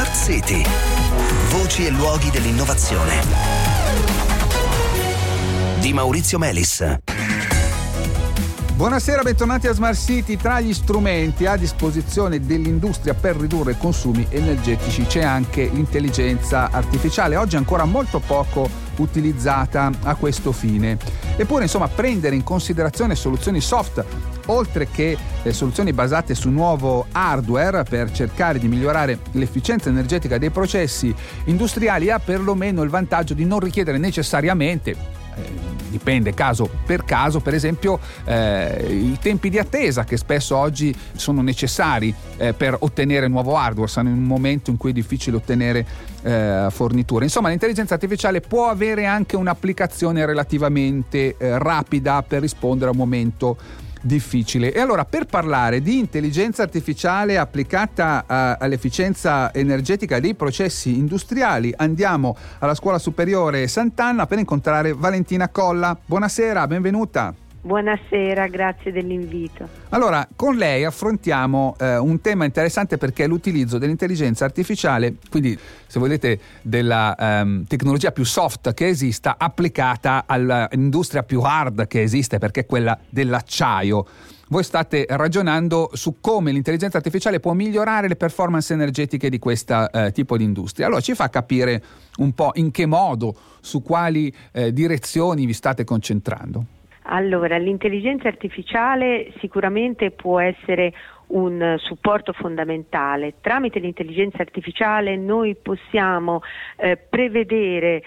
Smart City. Voci e luoghi dell'innovazione. Di Maurizio Melis. Buonasera, bentornati a Smart City. Tra gli strumenti a disposizione dell'industria per ridurre i consumi energetici c'è anche l'intelligenza artificiale, oggi ancora molto poco utilizzata a questo fine. Eppure, prendere in considerazione soluzioni soft, oltre che soluzioni basate su nuovo hardware per cercare di migliorare l'efficienza energetica dei processi industriali, ha perlomeno il vantaggio di non richiedere necessariamente, dipende caso per caso, per esempio i tempi di attesa che spesso oggi sono necessari per ottenere nuovo hardware. Siamo in un momento in cui è difficile ottenere forniture. Insomma, l'intelligenza artificiale può avere anche un'applicazione relativamente rapida per rispondere a un momento difficile. E allora, per parlare di intelligenza artificiale applicata all'efficienza energetica dei processi industriali, andiamo alla Scuola Superiore Sant'Anna per incontrare Valentina Colla. Buonasera, benvenuta. Buonasera, grazie dell'invito. Allora, con lei affrontiamo un tema interessante, perché è l'utilizzo dell'intelligenza artificiale, quindi se volete della tecnologia più soft che esista, applicata all'industria più hard che esiste, perché è quella dell'acciaio. Voi state ragionando su come l'intelligenza artificiale può migliorare le performance energetiche di questo tipo di industria. Allora, ci fa capire un po' in che modo, su quali direzioni vi state concentrando? Allora, l'intelligenza artificiale sicuramente può essere un supporto fondamentale. Tramite l'intelligenza artificiale noi possiamo prevedere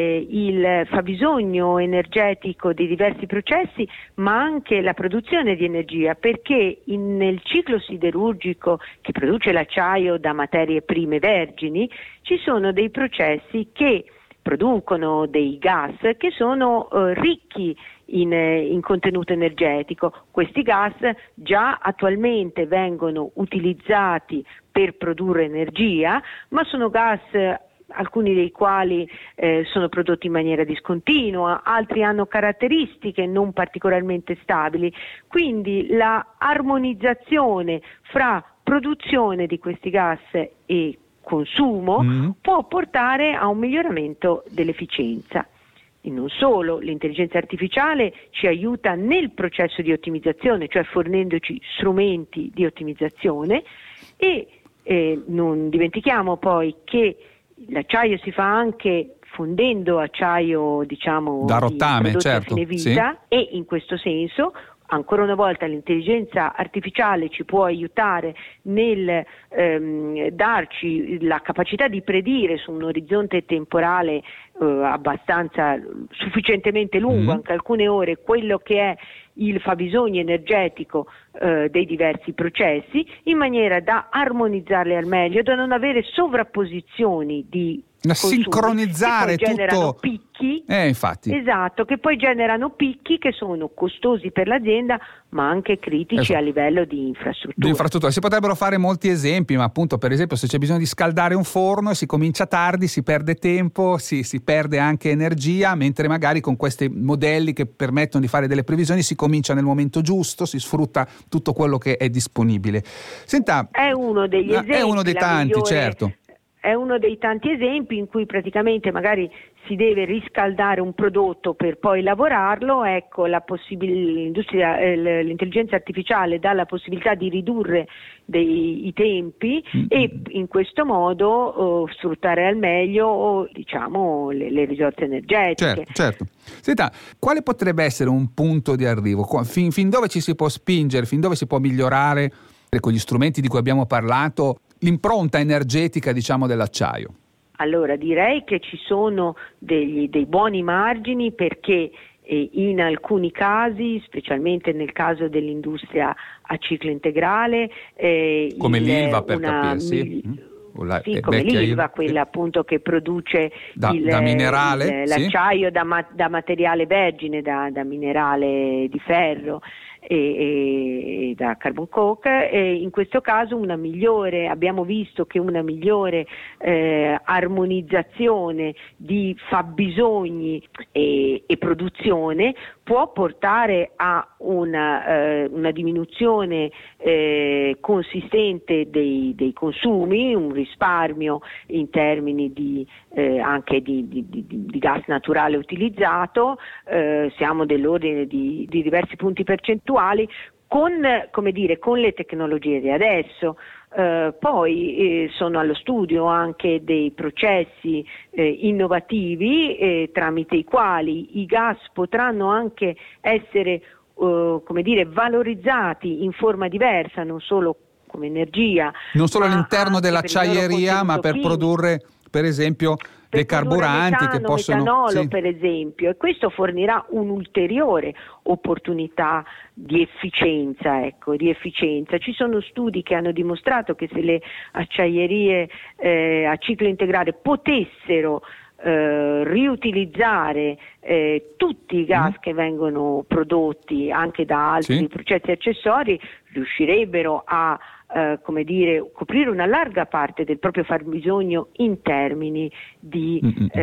il fabbisogno energetico di diversi processi, ma anche la produzione di energia, perché nel ciclo siderurgico che produce l'acciaio da materie prime vergini ci sono dei processi che producono dei gas che sono ricchi in contenuto energetico. Questi gas già attualmente vengono utilizzati per produrre energia, ma sono gas alcuni dei quali sono prodotti in maniera discontinua, altri hanno caratteristiche non particolarmente stabili, quindi la armonizzazione fra produzione di questi gas e consumo può portare a un miglioramento dell'efficienza. E non solo, l'intelligenza artificiale ci aiuta nel processo di ottimizzazione, cioè fornendoci strumenti di ottimizzazione, e non dimentichiamo poi che l'acciaio si fa anche fondendo acciaio, da rottame, certo, a fine vita, sì. E in questo senso ancora una volta l'intelligenza artificiale ci può aiutare nel darci la capacità di predire su un orizzonte temporale abbastanza sufficientemente lungo, anche alcune ore, quello che è il fabbisogno energetico dei diversi processi, in maniera da armonizzarli al meglio, da non avere sovrapposizioni di sincronizzare che poi generano tutto. Picchi, infatti. Esatto, che poi generano picchi che sono costosi per l'azienda, ma anche critici a livello di infrastruttura. Si potrebbero fare molti esempi, ma appunto, per esempio, se c'è bisogno di scaldare un forno e si comincia tardi, si perde tempo, si perde anche energia, mentre magari con questi modelli che permettono di fare delle previsioni si comincia nel momento giusto, si sfrutta tutto quello che è disponibile. Senta, è uno degli esempi, è uno dei tanti, certo. È uno dei tanti esempi in cui praticamente magari si deve riscaldare un prodotto per poi lavorarlo. Ecco, l'intelligenza artificiale dà la possibilità di ridurre i tempi e in questo modo sfruttare al meglio le risorse energetiche. Certo. Senta, quale potrebbe essere un punto di arrivo? Fin dove ci si può spingere, fin dove si può migliorare con gli strumenti di cui abbiamo parlato l'impronta energetica, dell'acciaio? Allora, direi che ci sono dei buoni margini, perché in alcuni casi, specialmente nel caso dell'industria a ciclo integrale, come l'Ilva, per capirsi. Come l'Ilva, quella appunto che produce da minerale, l'acciaio da materiale vergine, da minerale di ferro e da carbon coke, e in questo caso abbiamo visto che una migliore armonizzazione di fabbisogni e produzione può portare a una diminuzione consistente dei consumi, un risparmio in termini anche di gas naturale utilizzato, siamo dell'ordine di diversi punti percentuali, con le tecnologie di adesso. Poi sono allo studio anche dei processi innovativi tramite i quali i gas potranno anche essere valorizzati in forma diversa, non solo come energia, non solo all'interno dell'acciaieria, ma per produrre, per esempio, dei carburanti che possono metanolo, per esempio, e questo fornirà un'ulteriore opportunità di efficienza. Ci sono studi che hanno dimostrato che se le acciaierie a ciclo integrale potessero riutilizzare tutti i gas che vengono prodotti anche da altri processi accessori, riuscirebbero a coprire una larga parte del proprio fabbisogno in termini di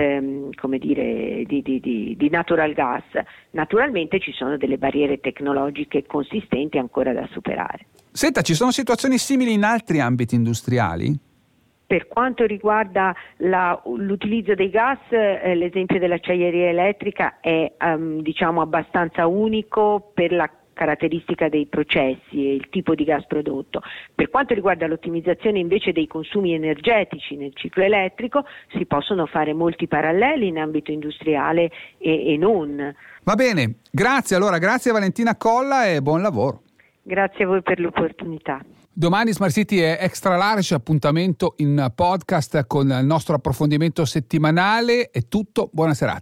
natural gas. Naturalmente ci sono delle barriere tecnologiche consistenti ancora da superare. Senta, ci sono situazioni simili in altri ambiti industriali? Per quanto riguarda l'utilizzo dei gas, l'esempio dell'acciaieria elettrica è abbastanza unico per la caratteristica dei processi e il tipo di gas prodotto. Per quanto riguarda l'ottimizzazione invece dei consumi energetici nel ciclo elettrico, si possono fare molti paralleli in ambito industriale e non. Va bene, grazie Valentina Colla e buon lavoro. Grazie a voi per l'opportunità. Domani Smart City è extra large, appuntamento in podcast con il nostro approfondimento settimanale. È tutto, buona serata.